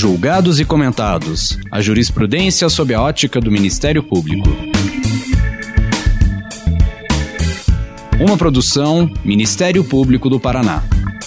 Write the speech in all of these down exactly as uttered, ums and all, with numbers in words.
Julgados e comentados. A jurisprudência sob a ótica do Ministério Público. Uma produção Ministério Público do Paraná.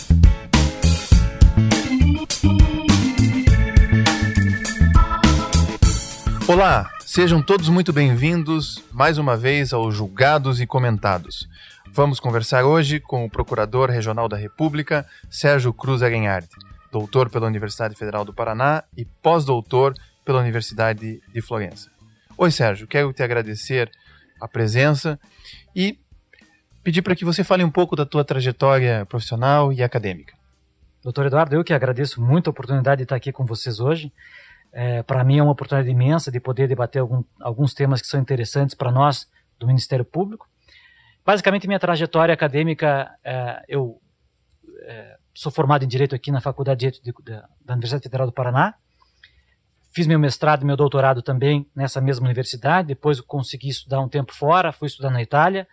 Olá, sejam todos muito bem-vindos mais uma vez ao Julgados e Comentados. Vamos conversar hoje com o Procurador Regional da República, Sérgio Cruz Aguenhardt, doutor pela Universidade Federal do Paraná e pós-doutor pela Universidade de Florença. Oi, Sérgio, quero te agradecer a presença e pedir para que você fale um pouco da tua trajetória profissional e acadêmica. Doutor Eduardo, eu que agradeço muito a oportunidade de estar aqui com vocês hoje. É, para mim é uma oportunidade imensa de poder debater algum, alguns temas que são interessantes para nós do Ministério Público. Basicamente, minha trajetória acadêmica, é, eu é, sou formado em Direito aqui na Faculdade de Direito de, da, da Universidade Federal do Paraná. Fiz meu mestrado e meu doutorado também nessa mesma universidade. Depois eu consegui estudar um tempo fora, fui estudar na Itália.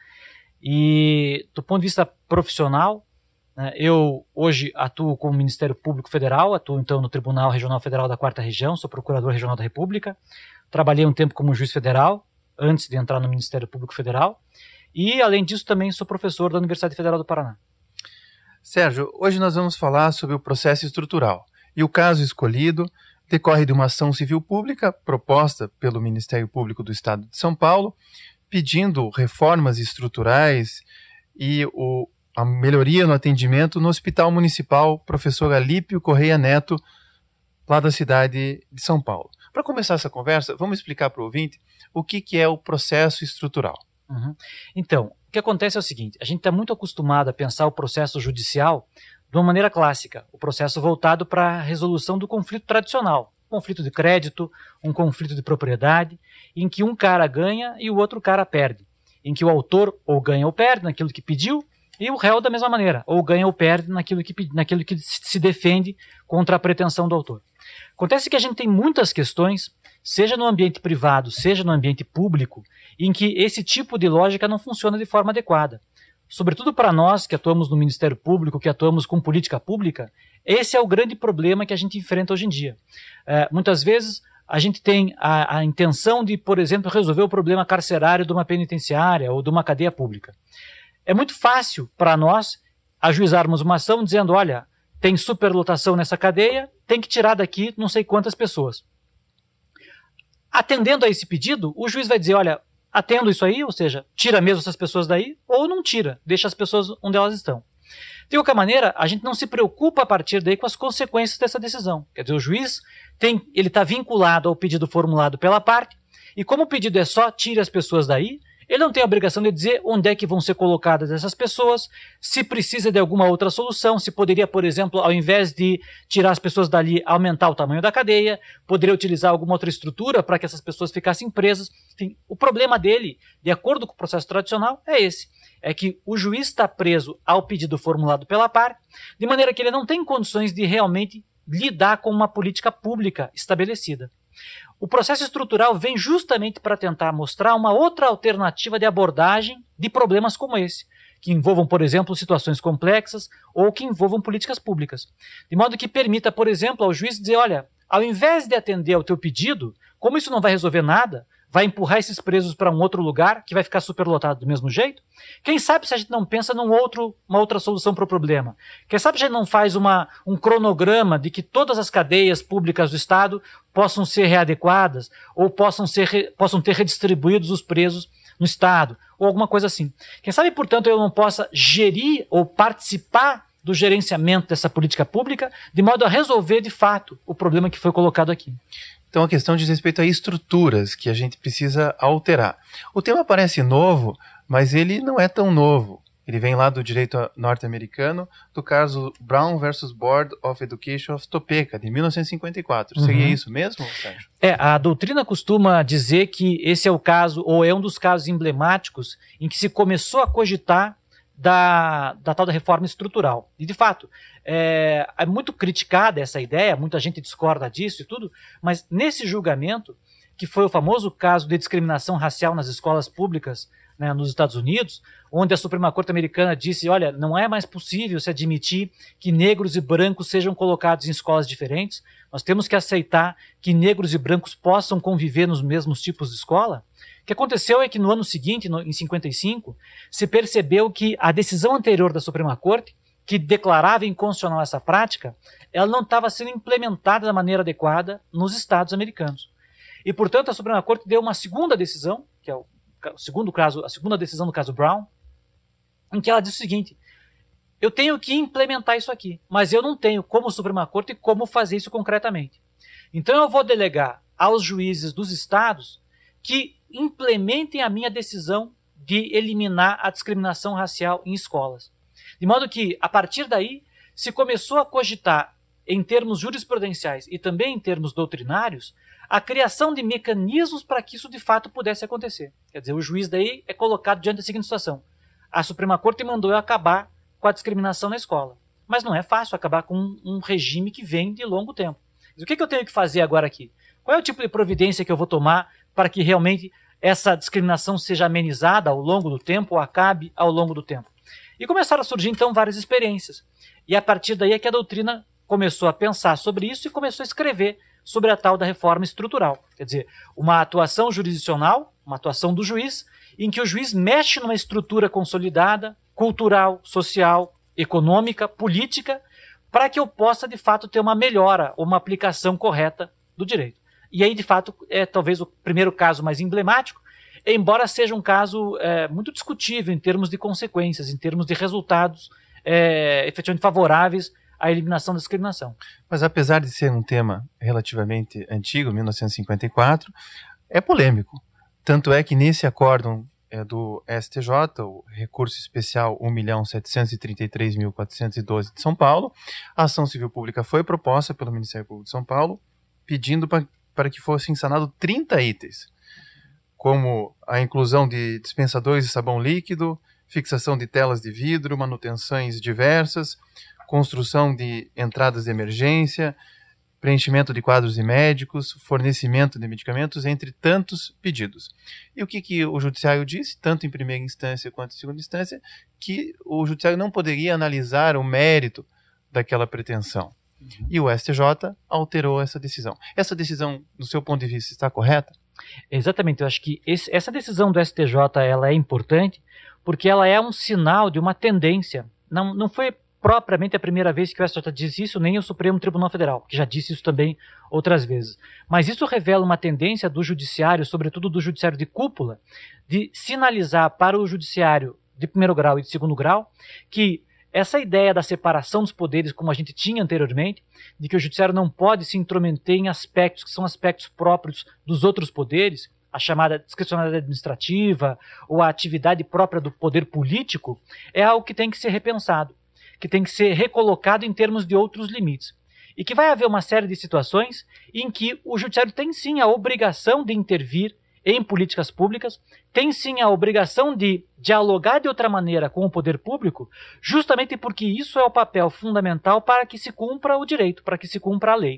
E do ponto de vista profissional, né, eu hoje atuo como Ministério Público Federal, atuo então no Tribunal Regional Federal da Quarta Região, sou Procurador Regional da República. Trabalhei um tempo como juiz federal, antes de entrar no Ministério Público Federal. E, além disso, também sou professor da Universidade Federal do Paraná. Sérgio, hoje nós vamos falar sobre o processo estrutural. E o caso escolhido decorre de uma ação civil pública proposta pelo Ministério Público do Estado de São Paulo, pedindo reformas estruturais e o, a melhoria no atendimento no Hospital Municipal Professor Alípio Correia Neto, lá da cidade de São Paulo. Para começar essa conversa, vamos explicar para o ouvinte o que, que é o processo estrutural. Uhum. Então, o que acontece é o seguinte, a gente está muito acostumado a pensar o processo judicial de uma maneira clássica, o processo voltado para a resolução do conflito tradicional, um conflito de crédito, um conflito de propriedade, em que um cara ganha e o outro cara perde, em que o autor ou ganha ou perde naquilo que pediu e o réu da mesma maneira, ou ganha ou perde naquilo que, naquilo que se defende contra a pretensão do autor. Acontece que a gente tem muitas questões, seja no ambiente privado, seja no ambiente público, em que esse tipo de lógica não funciona de forma adequada. Sobretudo para nós que atuamos no Ministério Público, que atuamos com política pública, esse é o grande problema que a gente enfrenta hoje em dia. É, muitas vezes a gente tem a, a intenção de, por exemplo, resolver o problema carcerário de uma penitenciária ou de uma cadeia pública. É muito fácil para nós ajuizarmos uma ação dizendo, olha, tem superlotação nessa cadeia, tem que tirar daqui não sei quantas pessoas. Atendendo a esse pedido, o juiz vai dizer, olha, atendo isso aí, ou seja, tira mesmo essas pessoas daí, ou não tira, deixa as pessoas onde elas estão. De qualquer maneira, a gente não se preocupa a partir daí com as consequências dessa decisão. Quer dizer, o juiz tem, ele está vinculado ao pedido formulado pela parte, e como o pedido é só tire as pessoas daí, ele não tem a obrigação de dizer onde é que vão ser colocadas essas pessoas, se precisa de alguma outra solução, se poderia, por exemplo, ao invés de tirar as pessoas dali, aumentar o tamanho da cadeia, poderia utilizar alguma outra estrutura para que essas pessoas ficassem presas. Enfim, o problema dele, de acordo com o processo tradicional, é esse. É que o juiz está preso ao pedido formulado pela parte, de maneira que ele não tem condições de realmente lidar com uma política pública estabelecida. O processo estrutural vem justamente para tentar mostrar uma outra alternativa de abordagem de problemas como esse, que envolvam, por exemplo, situações complexas ou que envolvam políticas públicas. De modo que permita, por exemplo, ao juiz dizer, olha, ao invés de atender ao teu pedido, como isso não vai resolver nada, vai empurrar esses presos para um outro lugar que vai ficar superlotado do mesmo jeito? Quem sabe se a gente não pensa num outro, uma outra solução para o problema? Quem sabe se a gente não faz uma, um cronograma de que todas as cadeias públicas do Estado possam ser readequadas ou possam, ser, possam ter redistribuídos os presos no Estado, ou alguma coisa assim. Quem sabe, portanto, eu não possa gerir ou participar do gerenciamento dessa política pública de modo a resolver, de fato, o problema que foi colocado aqui. Então a questão diz respeito a estruturas que a gente precisa alterar. O tema parece novo, mas ele não é tão novo. Ele vem lá do direito norte-americano, do caso Brown versus Board of Education of Topeka, de mil novecentos e cinquenta e quatro. Uhum. Seria isso mesmo, Sérgio? É, a doutrina costuma dizer que esse é o caso, ou é um dos casos emblemáticos, em que se começou a cogitar Da, da tal da reforma estrutural. E, de fato, é, é muito criticada essa ideia, muita gente discorda disso e tudo, mas nesse julgamento, que foi o famoso caso de discriminação racial nas escolas públicas né, nos Estados Unidos, onde a Suprema Corte americana disse, olha, não é mais possível se admitir que negros e brancos sejam colocados em escolas diferentes, nós temos que aceitar que negros e brancos possam conviver nos mesmos tipos de escola. O que aconteceu é que no ano seguinte, no, em cinquenta e cinco, se percebeu que a decisão anterior da Suprema Corte, que declarava inconstitucional essa prática, ela não estava sendo implementada da maneira adequada nos estados americanos. E, portanto, a Suprema Corte deu uma segunda decisão, que é o, o segundo caso, a segunda decisão do caso Brown, em que ela diz o seguinte, eu tenho que implementar isso aqui, mas eu não tenho, como Suprema Corte, como fazer isso concretamente. Então eu vou delegar aos juízes dos estados que implementem a minha decisão de eliminar a discriminação racial em escolas. De modo que, a partir daí, se começou a cogitar, em termos jurisprudenciais e também em termos doutrinários, a criação de mecanismos para que isso de fato pudesse acontecer. Quer dizer, o juiz daí é colocado diante da seguinte situação. A Suprema Corte mandou eu acabar com a discriminação na escola. Mas não é fácil acabar com um, um regime que vem de longo tempo. O que, que eu tenho que fazer agora aqui? Qual é o tipo de providência que eu vou tomar para que realmente essa discriminação seja amenizada ao longo do tempo ou acabe ao longo do tempo? E começaram a surgir, então, várias experiências. E a partir daí é que a doutrina começou a pensar sobre isso e começou a escrever sobre a tal da reforma estrutural. Quer dizer, uma atuação jurisdicional, uma atuação do juiz, em que o juiz mexe numa estrutura consolidada, cultural, social, econômica, política, para que eu possa, de fato, ter uma melhora ou uma aplicação correta do direito. E aí, de fato, é talvez o primeiro caso mais emblemático, embora seja um caso é, muito discutível em termos de consequências, em termos de resultados é, efetivamente favoráveis à eliminação da discriminação. Mas apesar de ser um tema relativamente antigo, mil novecentos e cinquenta e quatro, é polêmico. Tanto é que nesse acórdão é, do S T J, o recurso especial um milhão setecentos e trinta e três mil quatrocentos e doze de São Paulo, a ação civil pública foi proposta pelo Ministério Público de São Paulo, pedindo pra, para que fossem sanados trinta itens, como a inclusão de dispensadores de sabão líquido, fixação de telas de vidro, manutenções diversas, construção de entradas de emergência, preenchimento de quadros de médicos, fornecimento de medicamentos, entre tantos pedidos. E o que, que o judiciário disse, tanto em primeira instância quanto em segunda instância, que o judiciário não poderia analisar o mérito daquela pretensão. Uhum. E o S T J alterou essa decisão. Essa decisão, do seu ponto de vista, está correta? Exatamente, eu acho que esse, essa decisão do S T J ela é importante porque ela é um sinal de uma tendência. Não, não foi propriamente a primeira vez que o S T J diz isso, nem o Supremo Tribunal Federal, que já disse isso também outras vezes. Mas isso revela uma tendência do judiciário, sobretudo do judiciário de cúpula, de sinalizar para o judiciário de primeiro grau e de segundo grau que essa ideia da separação dos poderes, como a gente tinha anteriormente, de que o judiciário não pode se intrometer em aspectos que são aspectos próprios dos outros poderes, a chamada discricionalidade administrativa ou a atividade própria do poder político, é algo que tem que ser repensado, que tem que ser recolocado em termos de outros limites. E que vai haver uma série de situações em que o judiciário tem sim a obrigação de intervir em políticas públicas, tem sim a obrigação de dialogar de outra maneira com o poder público, justamente porque isso é o papel fundamental para que se cumpra o direito, para que se cumpra a lei.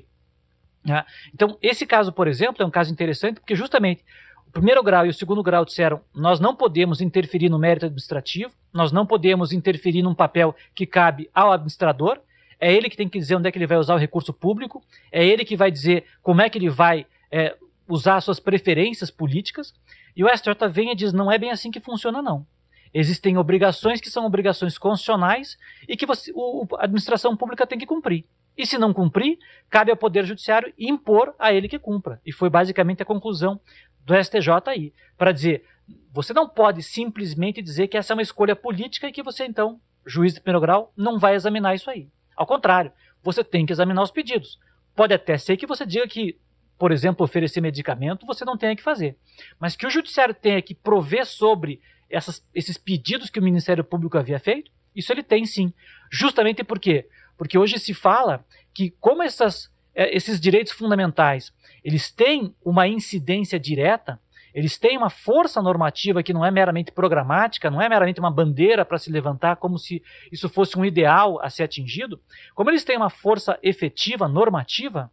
Então, esse caso, por exemplo, é um caso interessante porque justamente o primeiro grau e o segundo grau disseram nós não podemos interferir no mérito administrativo, nós não podemos interferir num papel que cabe ao administrador, é ele que tem que dizer onde é que ele vai usar o recurso público, é ele que vai dizer como é que ele vai é, usar suas preferências políticas, e o S T J vem e diz, não é bem assim que funciona não. Existem obrigações que são obrigações constitucionais e que você, o, a administração pública tem que cumprir. E se não cumprir, cabe ao Poder Judiciário impor a ele que cumpra. E foi basicamente a conclusão do S T J aí, para dizer, você não pode simplesmente dizer que essa é uma escolha política e que você então, juiz de primeiro grau, não vai examinar isso aí. Ao contrário, você tem que examinar os pedidos. Pode até ser que você diga que, por exemplo, oferecer medicamento, você não tenha que fazer. Mas que o judiciário tenha que prover sobre essas, esses pedidos que o Ministério Público havia feito, isso ele tem sim. Justamente por quê? Porque hoje se fala que como essas, esses direitos fundamentais, eles têm uma incidência direta, eles têm uma força normativa que não é meramente programática, não é meramente uma bandeira para se levantar como se isso fosse um ideal a ser atingido, como eles têm uma força efetiva, normativa,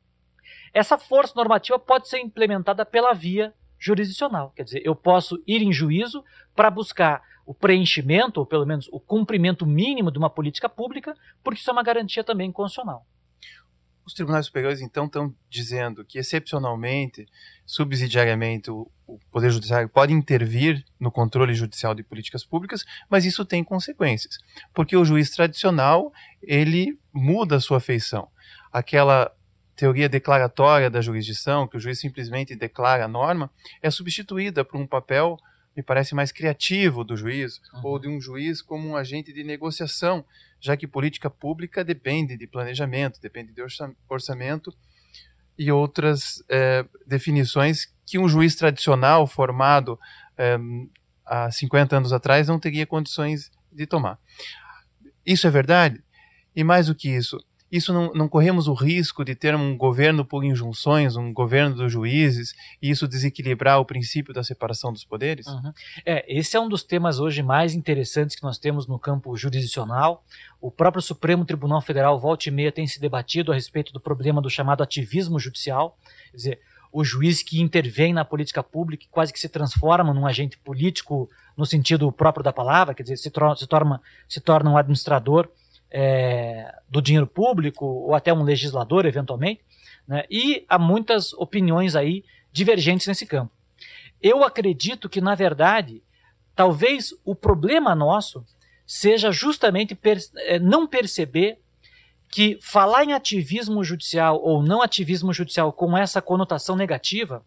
essa força normativa pode ser implementada pela via jurisdicional. Quer dizer, eu posso ir em juízo para buscar o preenchimento, ou pelo menos o cumprimento mínimo de uma política pública, porque isso é uma garantia também constitucional. Os tribunais superiores, então, estão dizendo que, excepcionalmente, subsidiariamente, o, o Poder Judiciário pode intervir no controle judicial de políticas públicas, mas isso tem consequências, porque o juiz tradicional, ele muda a sua feição. Aquela teoria declaratória da jurisdição, que o juiz simplesmente declara a norma, é substituída por um papel, me parece, mais criativo do juiz, uhum. ou de um juiz como um agente de negociação, já que política pública depende de planejamento, depende de orçamento e outras é, definições que um juiz tradicional formado é, há cinquenta anos atrás não teria condições de tomar. Isso é verdade? E mais do que isso, isso não, não corremos o risco de ter um governo por injunções, um governo dos juízes, e isso desequilibrar o princípio da separação dos poderes? Uhum. É, esse é um dos temas hoje mais interessantes que nós temos no campo jurisdicional. O próprio Supremo Tribunal Federal, volta e meia, tem se debatido a respeito do problema do chamado ativismo judicial, quer dizer, o juiz que intervém na política pública, quase que se transforma num agente político no sentido próprio da palavra, quer dizer, se, tor- se, torna, se torna um administrador É, do dinheiro público, ou até um legislador, eventualmente, né? E há muitas opiniões aí divergentes nesse campo. Eu acredito que, na verdade, talvez o problema nosso seja justamente per- não perceber que falar em ativismo judicial ou não ativismo judicial com essa conotação negativa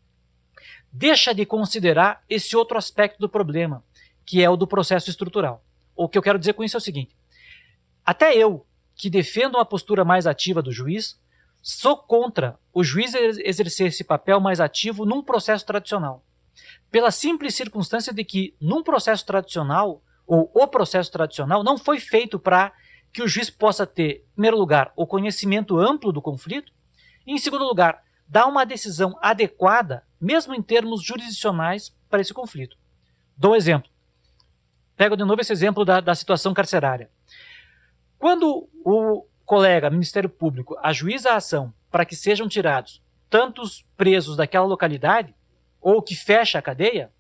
deixa de considerar esse outro aspecto do problema, que é o do processo estrutural. O que eu quero dizer com isso é o seguinte: até eu, que defendo uma postura mais ativa do juiz, sou contra o juiz exercer esse papel mais ativo num processo tradicional. Pela simples circunstância de que, num processo tradicional, ou o processo tradicional, não foi feito para que o juiz possa ter, em primeiro lugar, o conhecimento amplo do conflito, e, em segundo lugar, dar uma decisão adequada, mesmo em termos jurisdicionais, para esse conflito. Dou um exemplo. Pego de novo esse exemplo da, da situação carcerária. Quando o colega, Ministério Público, ajuiza a ação para que sejam tirados tantos presos daquela localidade, ou que fecha a cadeia,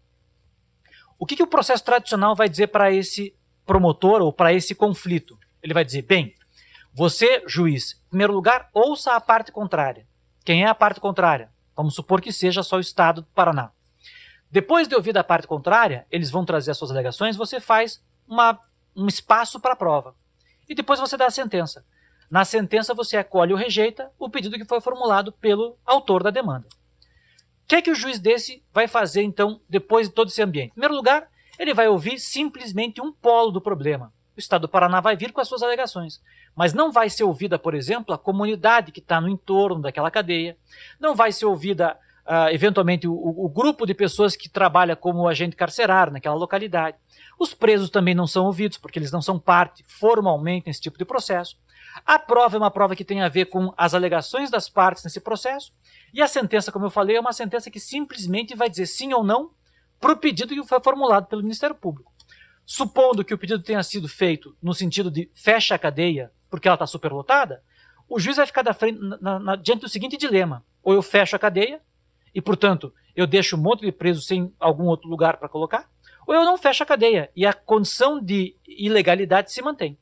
o que, que o processo tradicional vai dizer para esse promotor ou para esse conflito? Ele vai dizer, bem, você, juiz, em primeiro lugar, ouça a parte contrária. Quem é a parte contrária? Vamos supor que seja só o Estado do Paraná. Depois de ouvir a parte contrária, eles vão trazer as suas alegações, você faz uma, um espaço para a prova. E depois você dá a sentença. Na sentença você acolhe ou rejeita o pedido que foi formulado pelo autor da demanda. O que é que o juiz desse vai fazer, então, depois de todo esse ambiente? Em primeiro lugar, ele vai ouvir simplesmente um polo do problema. O Estado do Paraná vai vir com as suas alegações. Mas não vai ser ouvida, por exemplo, a comunidade que está no entorno daquela cadeia. Não vai ser ouvida, uh, eventualmente, o, o grupo de pessoas que trabalha como agente carcerário naquela localidade. Os presos também não são ouvidos, porque eles não são parte formalmente nesse tipo de processo. A prova é uma prova que tem a ver com as alegações das partes nesse processo. E a sentença, como eu falei, é uma sentença que simplesmente vai dizer sim ou não para o pedido que foi formulado pelo Ministério Público. Supondo que o pedido tenha sido feito no sentido de fecha a cadeia porque ela está superlotada, o juiz vai ficar da frente, na, na, diante do seguinte dilema. Ou eu fecho a cadeia e, portanto, eu deixo um monte de presos sem algum outro lugar para colocar, ou eu não fecho a cadeia e a condição de ilegalidade se mantém.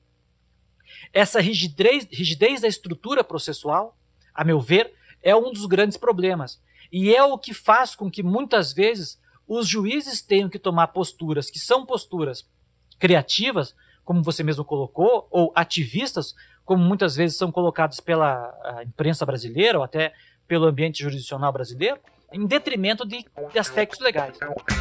Essa rigidez, rigidez da estrutura processual, a meu ver, é um dos grandes problemas. E é o que faz com que, muitas vezes, os juízes tenham que tomar posturas que são posturas criativas, como você mesmo colocou, ou ativistas, como muitas vezes são colocados pela imprensa brasileira ou até pelo ambiente jurisdicional brasileiro, em detrimento de, de aspectos legais.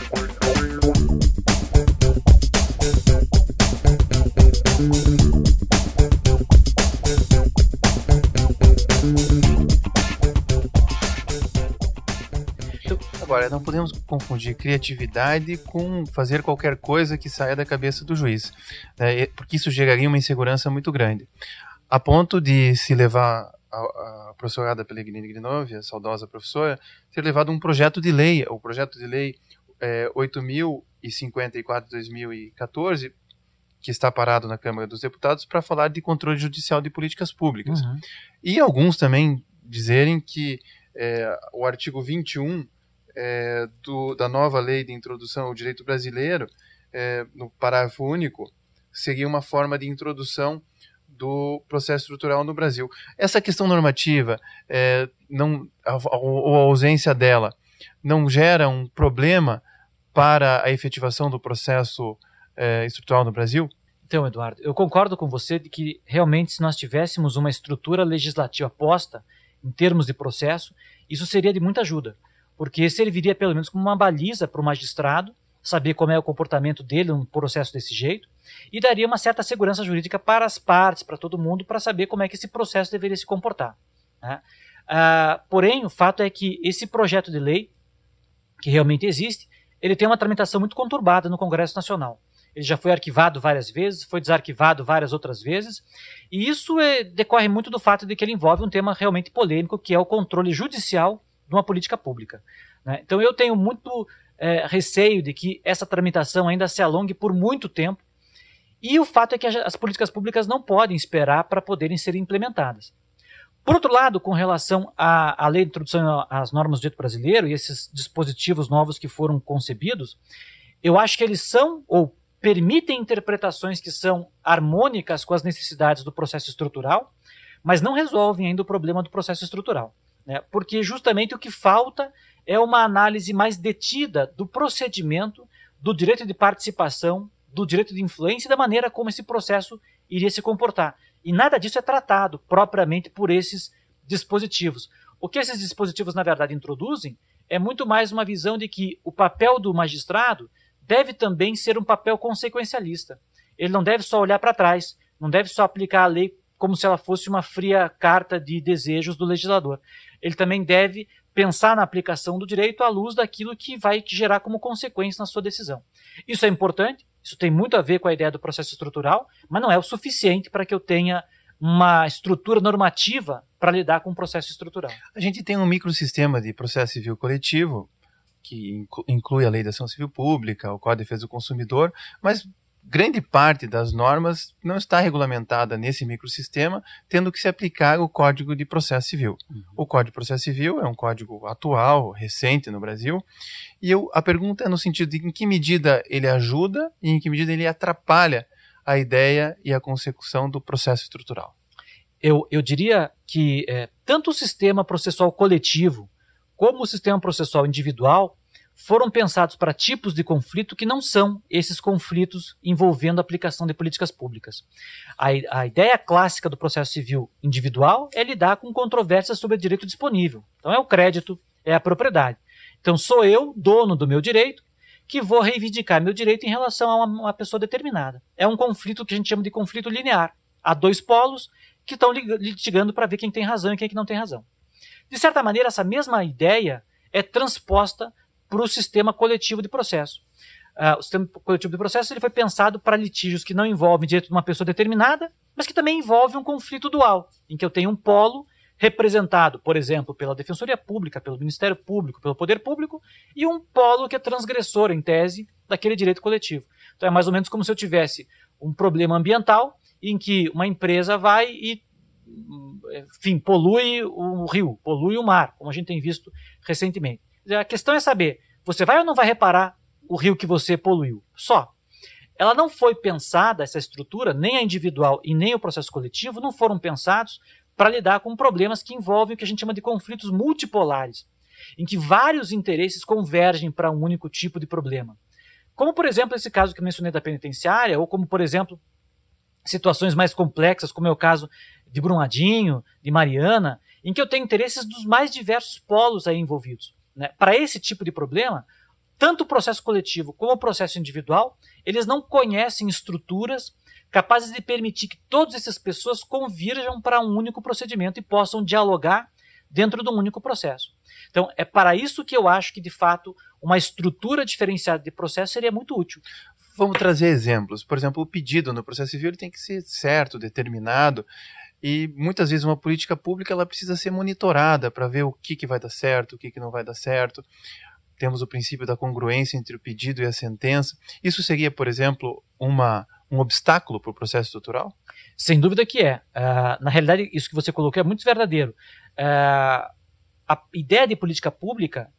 Agora, não podemos confundir criatividade com fazer qualquer coisa que saia da cabeça do juiz, né? Porque isso geraria uma insegurança muito grande, a ponto de se levar a, a professora Ada Pellegrini Grinovi, a saudosa professora, ter levado um projeto de lei, o projeto de lei é, oito mil e cinquenta e quatro de dois mil e quatorze, que está parado na Câmara dos Deputados, para falar de controle judicial de políticas públicas. Uhum. E alguns também dizerem que é, o artigo vinte e um é, do, da nova lei de introdução ao direito brasileiro, é, no parágrafo único, seria uma forma de introdução do processo estrutural no Brasil. Essa questão normativa, é, não, ou a ausência dela, não gera um problema para a efetivação do processo é, estrutural no Brasil? Então, Eduardo, eu concordo com você de que realmente se nós tivéssemos uma estrutura legislativa posta em termos de processo, isso seria de muita ajuda, porque serviria pelo menos como uma baliza para o magistrado saber como é o comportamento dele num processo desse jeito e daria uma certa segurança jurídica para as partes, para todo mundo, para saber como é que esse processo deveria se comportar, né? Ah, porém, o fato é que esse projeto de lei, que realmente existe, ele tem uma tramitação muito conturbada no Congresso Nacional. Ele já foi arquivado várias vezes, foi desarquivado várias outras vezes, e isso é, decorre muito do fato de que ele envolve um tema realmente polêmico, que é o controle judicial de uma política pública, né? Então eu tenho muito é, receio de que essa tramitação ainda se alongue por muito tempo, e o fato é que as políticas públicas não podem esperar para poderem ser implementadas. Por outro lado, com relação à, à lei de introdução às normas do direito brasileiro e esses dispositivos novos que foram concebidos, eu acho que eles são, ou permitem interpretações que são harmônicas com as necessidades do processo estrutural, mas não resolvem ainda o problema do processo estrutural, né? Porque justamente o que falta é uma análise mais detida do procedimento, do direito de participação, do direito de influência e da maneira como esse processo iria se comportar. E nada disso é tratado propriamente por esses dispositivos. O que esses dispositivos, na verdade, introduzem é muito mais uma visão de que o papel do magistrado deve também ser um papel consequencialista. Ele não deve só olhar para trás, não deve só aplicar a lei como se ela fosse uma fria carta de desejos do legislador. Ele também deve pensar na aplicação do direito à luz daquilo que vai gerar como consequência na sua decisão. Isso é importante, isso tem muito a ver com a ideia do processo estrutural, mas não é o suficiente para que eu tenha uma estrutura normativa para lidar com o processo estrutural. A gente tem um microsistema de processo civil coletivo, que inclui a Lei da Ação Civil Pública, o Código de Defesa do Consumidor, mas grande parte das normas não está regulamentada nesse microsistema, tendo que se aplicar o Código de Processo Civil. Uhum. O Código de Processo Civil é um código atual, recente no Brasil, e eu, a pergunta é no sentido de em que medida ele ajuda e em que medida ele atrapalha a ideia e a consecução do processo estrutural. Eu, eu diria que é, tanto o sistema processual coletivo como o sistema processual individual foram pensados para tipos de conflito que não são esses conflitos envolvendo a aplicação de políticas públicas. A, a ideia clássica do processo civil individual é lidar com controvérsias sobre direito disponível. Então é o crédito, é a propriedade. Então sou eu, dono do meu direito, que vou reivindicar meu direito em relação a uma, uma pessoa determinada. É um conflito que a gente chama de conflito linear. Há dois polos que estão litigando para ver quem tem razão e quem não tem razão. De certa maneira, essa mesma ideia é transposta para o sistema coletivo de processo. Uh, o sistema coletivo de processo ele foi pensado para litígios que não envolvem direito de uma pessoa determinada, mas que também envolvem um conflito dual, em que eu tenho um polo representado, por exemplo, pela Defensoria Pública, pelo Ministério Público, pelo Poder Público, e um polo que é transgressor, em tese, daquele direito coletivo. Então é mais ou menos como se eu tivesse um problema ambiental em que uma empresa vai e, enfim, polui o rio, polui o mar, como a gente tem visto recentemente. A questão é saber, você vai ou não vai reparar o rio que você poluiu? Só. Ela não foi pensada, essa estrutura, nem a individual e nem o processo coletivo, não foram pensados para lidar com problemas que envolvem o que a gente chama de conflitos multipolares, em que vários interesses convergem para um único tipo de problema. Como, por exemplo, esse caso que eu mencionei da penitenciária, ou como, por exemplo, situações mais complexas, como é o caso de Brumadinho, de Mariana, em que eu tenho interesses dos mais diversos polos aí envolvidos. Né? Para esse tipo de problema, tanto o processo coletivo como o processo individual, eles não conhecem estruturas capazes de permitir que todas essas pessoas convirjam para um único procedimento e possam dialogar dentro de um único processo. Então, é para isso que eu acho que, de fato, uma estrutura diferenciada de processo seria muito útil. Vamos trazer exemplos. Por exemplo, o pedido no processo civil ele tem que ser certo, determinado, e muitas vezes uma política pública ela precisa ser monitorada para ver o que, que vai dar certo, o que, que não vai dar certo. Temos o princípio da congruência entre o pedido e a sentença. Isso seria, por exemplo, uma, um obstáculo para o processo estrutural? Sem dúvida que é. Uh, na realidade, isso que você colocou é muito verdadeiro. Uh, a ideia de política pública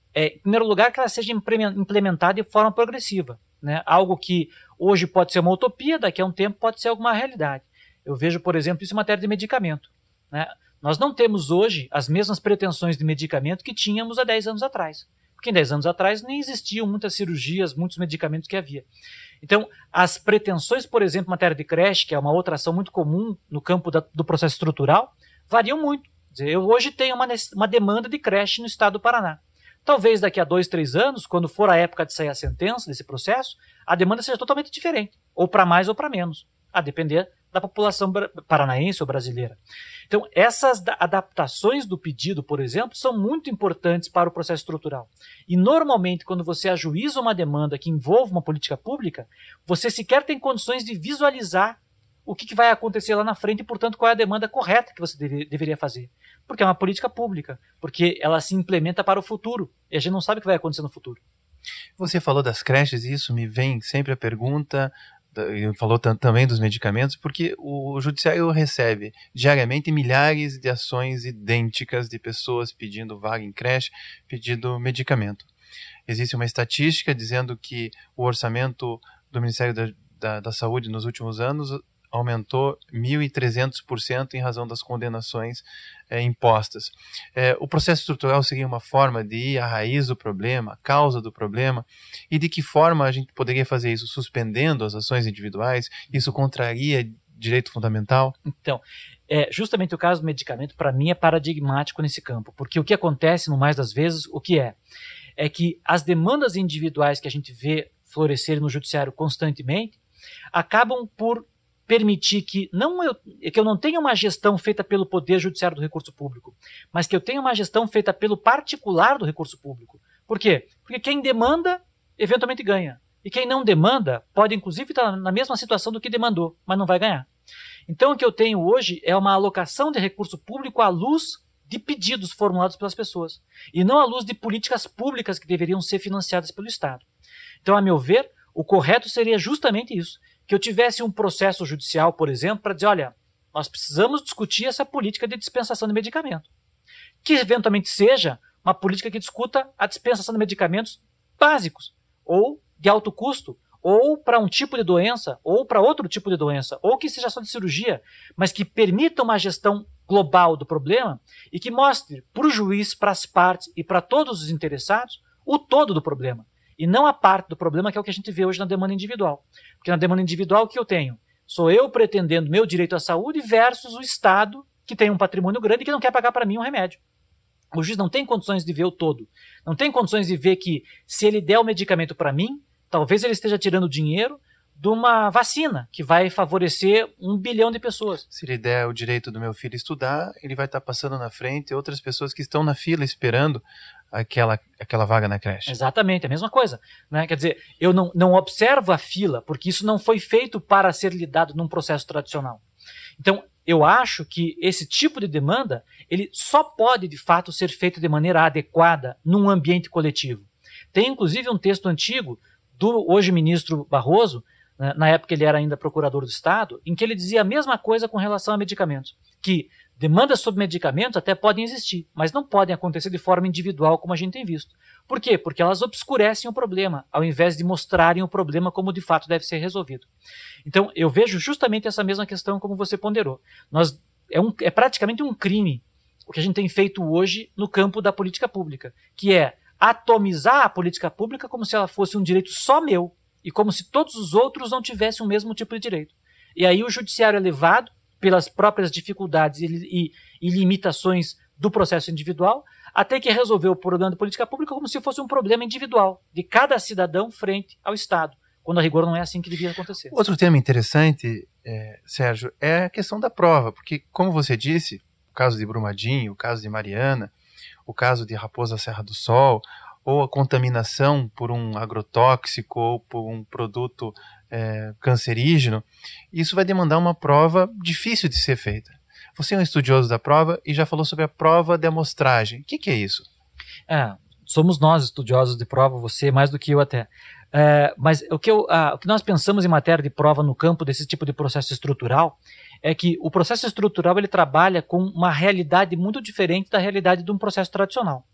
é, em primeiro lugar, que ela seja implementada de forma progressiva, né? Algo que hoje pode ser uma utopia, daqui a um tempo pode ser alguma realidade. Eu vejo, por exemplo, isso em matéria de medicamento, né? Nós não temos hoje as mesmas pretensões de medicamento que tínhamos há dez anos atrás. Porque em dez anos atrás nem existiam muitas cirurgias, muitos medicamentos que havia. Então, as pretensões, por exemplo, em matéria de creche, que é uma outra ação muito comum no campo da, do processo estrutural, variam muito. Quer dizer, eu hoje tenho uma, uma demanda de creche no estado do Paraná. Talvez daqui a dois, três anos, quando for a época de sair a sentença desse processo, a demanda seja totalmente diferente, ou para mais ou para menos, a depender da população paranaense ou brasileira. Então, essas adaptações do pedido, por exemplo, são muito importantes para o processo estrutural. E, normalmente, quando você ajuiza uma demanda que envolve uma política pública, você sequer tem condições de visualizar o que vai acontecer lá na frente e, portanto, qual é a demanda correta que você deve, deveria fazer. Porque é uma política pública, porque ela se implementa para o futuro, e a gente não sabe o que vai acontecer no futuro. Você falou das creches, e isso me vem sempre a pergunta, falou também dos medicamentos, porque o judiciário recebe diariamente milhares de ações idênticas de pessoas pedindo vaga em creche, pedindo medicamento. Existe uma estatística dizendo que o orçamento do Ministério da, da, da Saúde nos últimos anos aumentou mil e trezentos por cento em razão das condenações é, impostas. É, o processo estrutural seria uma forma de ir à raiz do problema, à causa do problema, e de que forma a gente poderia fazer isso? Suspendendo as ações individuais? Isso contraria direito fundamental? Então, é, justamente o caso do medicamento, para mim, é paradigmático nesse campo, porque o que acontece, no mais das vezes, o que é? É que as demandas individuais que a gente vê florescerem no judiciário constantemente acabam por permitir que, não eu, que eu não tenha uma gestão feita pelo Poder Judiciário do recurso público, mas que eu tenha uma gestão feita pelo particular do recurso público. Por quê? Porque quem demanda, eventualmente ganha. E quem não demanda, pode inclusive estar na mesma situação do que demandou, mas não vai ganhar. Então o que eu tenho hoje é uma alocação de recurso público à luz de pedidos formulados pelas pessoas, e não à luz de políticas públicas que deveriam ser financiadas pelo Estado. Então, a meu ver, o correto seria justamente isso, que eu tivesse um processo judicial, por exemplo, para dizer, olha, nós precisamos discutir essa política de dispensação de medicamento. Que eventualmente seja uma política que discuta a dispensação de medicamentos básicos, ou de alto custo, ou para um tipo de doença, ou para outro tipo de doença, ou que seja só de cirurgia, mas que permita uma gestão global do problema e que mostre para o juiz, para as partes e para todos os interessados o todo do problema. E não a parte do problema, que é o que a gente vê hoje na demanda individual. Porque na demanda individual, o que eu tenho? Sou eu pretendendo meu direito à saúde versus o Estado, que tem um patrimônio grande e que não quer pagar para mim um remédio. O juiz não tem condições de ver o todo. Não tem condições de ver que, se ele der o medicamento para mim, talvez ele esteja tirando dinheiro de uma vacina que vai favorecer um bilhão de pessoas. Se ele der o direito do meu filho estudar, ele vai estar passando na frente outras pessoas que estão na fila esperando aquela, aquela vaga na creche. Exatamente, a mesma coisa, né? Quer dizer, eu não, não observo a fila, porque isso não foi feito para ser lidado num processo tradicional. Então, eu acho que esse tipo de demanda, ele só pode, de fato, ser feito de maneira adequada num ambiente coletivo. Tem, inclusive, um texto antigo do hoje ministro Barroso, na época ele era ainda procurador do Estado, em que ele dizia a mesma coisa com relação a medicamentos, que demandas sobre medicamentos até podem existir, mas não podem acontecer de forma individual como a gente tem visto. Por quê? Porque elas obscurecem o problema, ao invés de mostrarem o problema como de fato deve ser resolvido. Então, eu vejo justamente essa mesma questão como você ponderou. Nós, é, um, é praticamente um crime o que a gente tem feito hoje no campo da política pública, que é atomizar a política pública como se ela fosse um direito só meu, e como se todos os outros não tivessem o mesmo tipo de direito. E aí o judiciário é levado, pelas próprias dificuldades e, e, e limitações do processo individual, a ter que resolver o problema da política pública como se fosse um problema individual, de cada cidadão frente ao Estado, quando a rigor não é assim que devia acontecer. Outro tema interessante, é, Sérgio, é a questão da prova, porque, como você disse, o caso de Brumadinho, o caso de Mariana, o caso de Raposa Serra do Sol, ou a contaminação por um agrotóxico ou por um produto é, cancerígeno, isso vai demandar uma prova difícil de ser feita. Você é um estudioso da prova e já falou sobre a prova de amostragem. O que, que é isso? É, somos nós estudiosos de prova, você mais do que eu até. É, mas o que, eu, a, o que nós pensamos em matéria de prova no campo desse tipo de processo estrutural é que o processo estrutural ele trabalha com uma realidade muito diferente da realidade de um processo tradicional.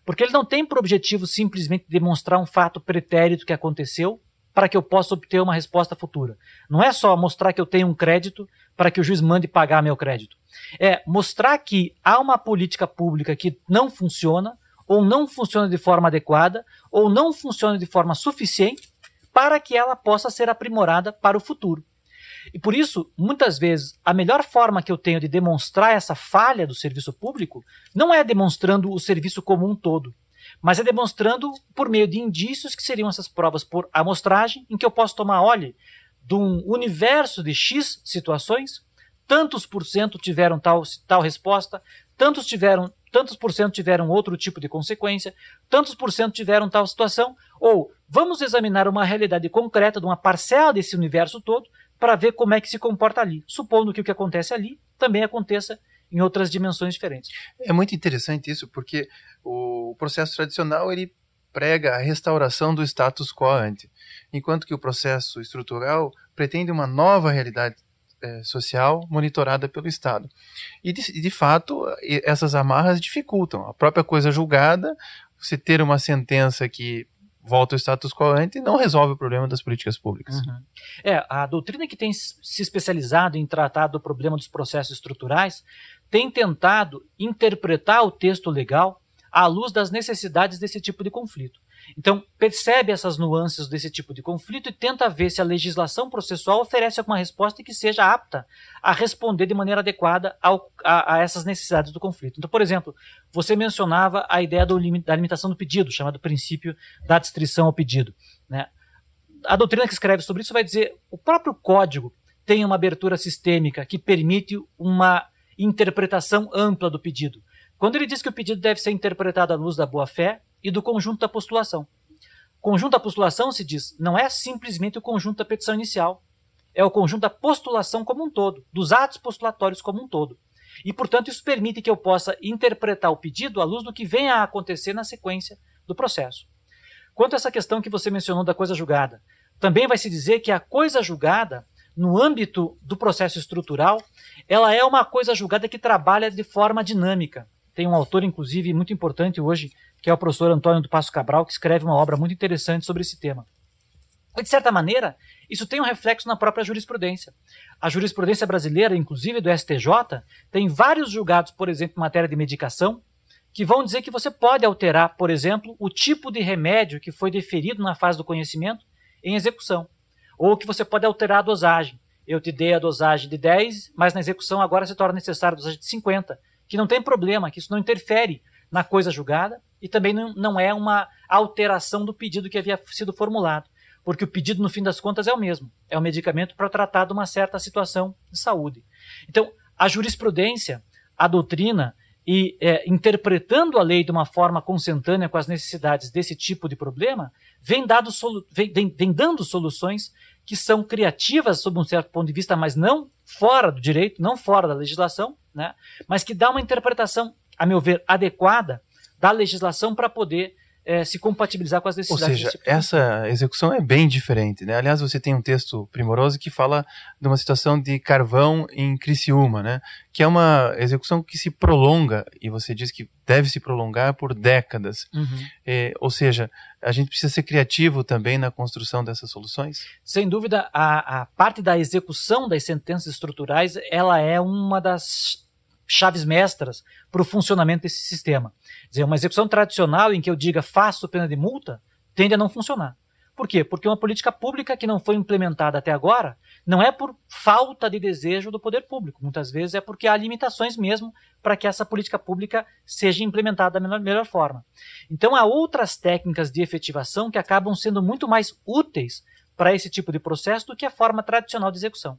Porque ele não tem por objetivo simplesmente demonstrar um fato pretérito que aconteceu para que eu possa obter uma resposta futura. Não é só mostrar que eu tenho um crédito para que o juiz mande pagar meu crédito. É mostrar que há uma política pública que não funciona, ou não funciona de forma adequada, ou não funciona de forma suficiente para que ela possa ser aprimorada para o futuro. E por isso, muitas vezes, a melhor forma que eu tenho de demonstrar essa falha do serviço público não é demonstrando o serviço como um todo, mas é demonstrando por meio de indícios que seriam essas provas por amostragem, em que eu posso tomar, olha, de um universo de X situações, tantos por cento tiveram tal, tal resposta, tantos tiveram, tantos por cento tiveram outro tipo de consequência, tantos por cento tiveram tal situação, ou vamos examinar uma realidade concreta de uma parcela desse universo todo para ver como é que se comporta ali, supondo que o que acontece ali também aconteça em outras dimensões diferentes. É muito interessante isso, porque o processo tradicional ele prega a restauração do status quo ante, enquanto que o processo estrutural pretende uma nova realidade é, social monitorada pelo Estado. E, de, de fato, essas amarras dificultam. A própria coisa julgada, você ter uma sentença que volta ao status quo ante não resolve o problema das políticas públicas. Uhum. É, a doutrina que tem se especializado em tratar do problema dos processos estruturais tem tentado interpretar o texto legal à luz das necessidades desse tipo de conflito. Então, percebe essas nuances desse tipo de conflito e tenta ver se a legislação processual oferece alguma resposta que seja apta a responder de maneira adequada ao, a, a essas necessidades do conflito. Então, por exemplo, você mencionava a ideia do, da limitação do pedido, chamado princípio da distrição ao pedido, né? A doutrina que escreve sobre isso vai dizer que o próprio código tem uma abertura sistêmica que permite uma interpretação ampla do pedido. Quando ele diz que o pedido deve ser interpretado à luz da boa-fé e do conjunto da postulação. Conjunto da postulação, se diz, não é simplesmente o conjunto da petição inicial, é o conjunto da postulação como um todo, dos atos postulatórios como um todo. E, portanto, isso permite que eu possa interpretar o pedido à luz do que venha a acontecer na sequência do processo. Quanto a essa questão que você mencionou da coisa julgada, também vai se dizer que a coisa julgada, no âmbito do processo estrutural, ela é uma coisa julgada que trabalha de forma dinâmica. Tem um autor, inclusive, muito importante hoje, que é o professor Antônio do Passo Cabral, que escreve uma obra muito interessante sobre esse tema. E, de certa maneira, isso tem um reflexo na própria jurisprudência. A jurisprudência brasileira, inclusive do S T J, tem vários julgados, por exemplo, em matéria de medicação, que vão dizer que você pode alterar, por exemplo, o tipo de remédio que foi deferido na fase do conhecimento em execução. Ou que você pode alterar a dosagem. Eu te dei a dosagem de dez, mas na execução agora se torna necessária a dosagem de cinquenta. Que não tem problema, que isso não interfere na coisa julgada e também não, não é uma alteração do pedido que havia sido formulado. Porque o pedido, no fim das contas, é o mesmo. É um medicamento para tratar de uma certa situação de saúde. Então, a jurisprudência, a doutrina, e é, interpretando a lei de uma forma consentânea com as necessidades desse tipo de problema, vem, dado solu- vem, vem, vem dando soluções que são criativas sob um certo ponto de vista, mas não fora do direito, não fora da legislação, né? Mas que dá uma interpretação, a meu ver, adequada da legislação para poder é, se compatibilizar com as necessidades. Ou seja, desse tipo. essa execução é bem diferente, né? Aliás, você tem um texto primoroso que fala de uma situação de carvão em Criciúma, né? Que é uma execução que se prolonga, e você diz que deve se prolongar por décadas. Uhum. É, ou seja, a gente precisa ser criativo também na construção dessas soluções? Sem dúvida, a, a parte da execução das sentenças estruturais, ela é uma das chaves mestras para o funcionamento desse sistema. Quer dizer, uma execução tradicional em que eu diga faço pena de multa, tende a não funcionar. Por quê? Porque uma política pública que não foi implementada até agora não é por falta de desejo do poder público. Muitas vezes é porque há limitações mesmo para que essa política pública seja implementada da melhor, melhor forma. Então há outras técnicas de efetivação que acabam sendo muito mais úteis para esse tipo de processo do que a forma tradicional de execução.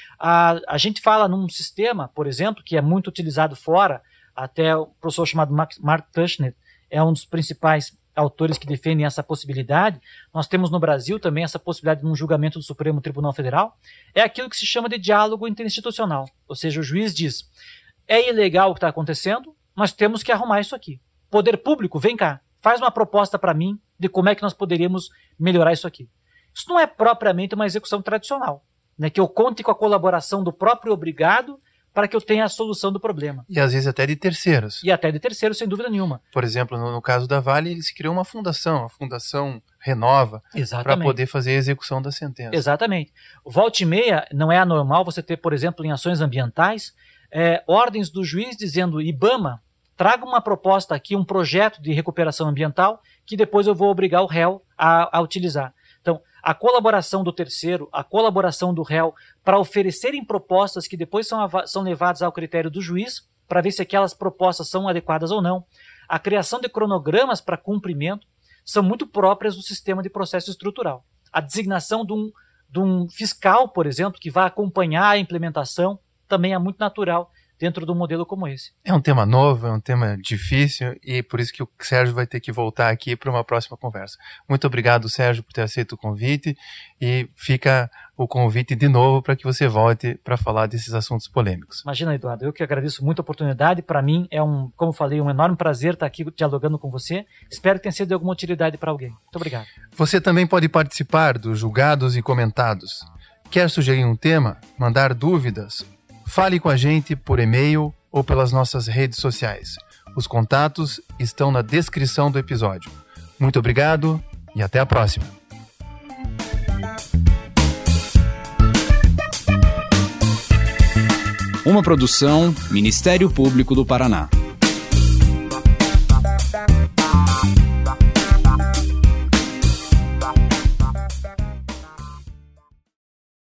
A, a gente fala num sistema, por exemplo, que é muito utilizado fora, até o professor chamado Mark Tushnet é um dos principais autores que defendem essa possibilidade. Nós temos no Brasil também essa possibilidade de um julgamento do Supremo Tribunal Federal, é aquilo que se chama de diálogo interinstitucional. Ou seja, o juiz diz, é ilegal o que está acontecendo, nós temos que arrumar isso aqui. Poder público, vem cá, faz uma proposta para mim de como é que nós poderíamos melhorar isso aqui. Isso não é propriamente uma execução tradicional, né, que eu conte com a colaboração do próprio obrigado para que eu tenha a solução do problema. E às vezes até de terceiros. E até de terceiros, sem dúvida nenhuma. Por exemplo, no, no caso da Vale, se criou uma fundação, a Fundação Renova, para poder fazer a execução da sentença. Exatamente. O volta e meia não é anormal você ter, por exemplo, em ações ambientais, é, ordens do juiz dizendo, IBAMA, traga uma proposta aqui, um projeto de recuperação ambiental, que depois eu vou obrigar o réu a, a utilizar. Então, a colaboração do terceiro, a colaboração do réu, para oferecerem propostas que depois são, são levadas ao critério do juiz, para ver se aquelas propostas são adequadas ou não. A criação de cronogramas para cumprimento são muito próprias do sistema de processo estrutural. A designação de um, de um fiscal, por exemplo, que vai acompanhar a implementação, também é muito natural dentro de um modelo como esse. É um tema novo, é um tema difícil e por isso que o Sérgio vai ter que voltar aqui para uma próxima conversa. Muito obrigado, Sérgio, por ter aceito o convite e fica o convite de novo para que você volte para falar desses assuntos polêmicos. Imagina, Eduardo, eu que agradeço muito a oportunidade. Para mim é, um, como falei, um enorme prazer estar aqui dialogando com você. Espero que tenha sido de alguma utilidade para alguém. Muito obrigado. Você também pode participar dos Julgados e Comentados. Quer sugerir um tema? Mandar dúvidas? Fale com a gente por e-mail ou pelas nossas redes sociais. Os contatos estão na descrição do episódio. Muito obrigado e até a próxima. Uma produção Ministério Público do Paraná.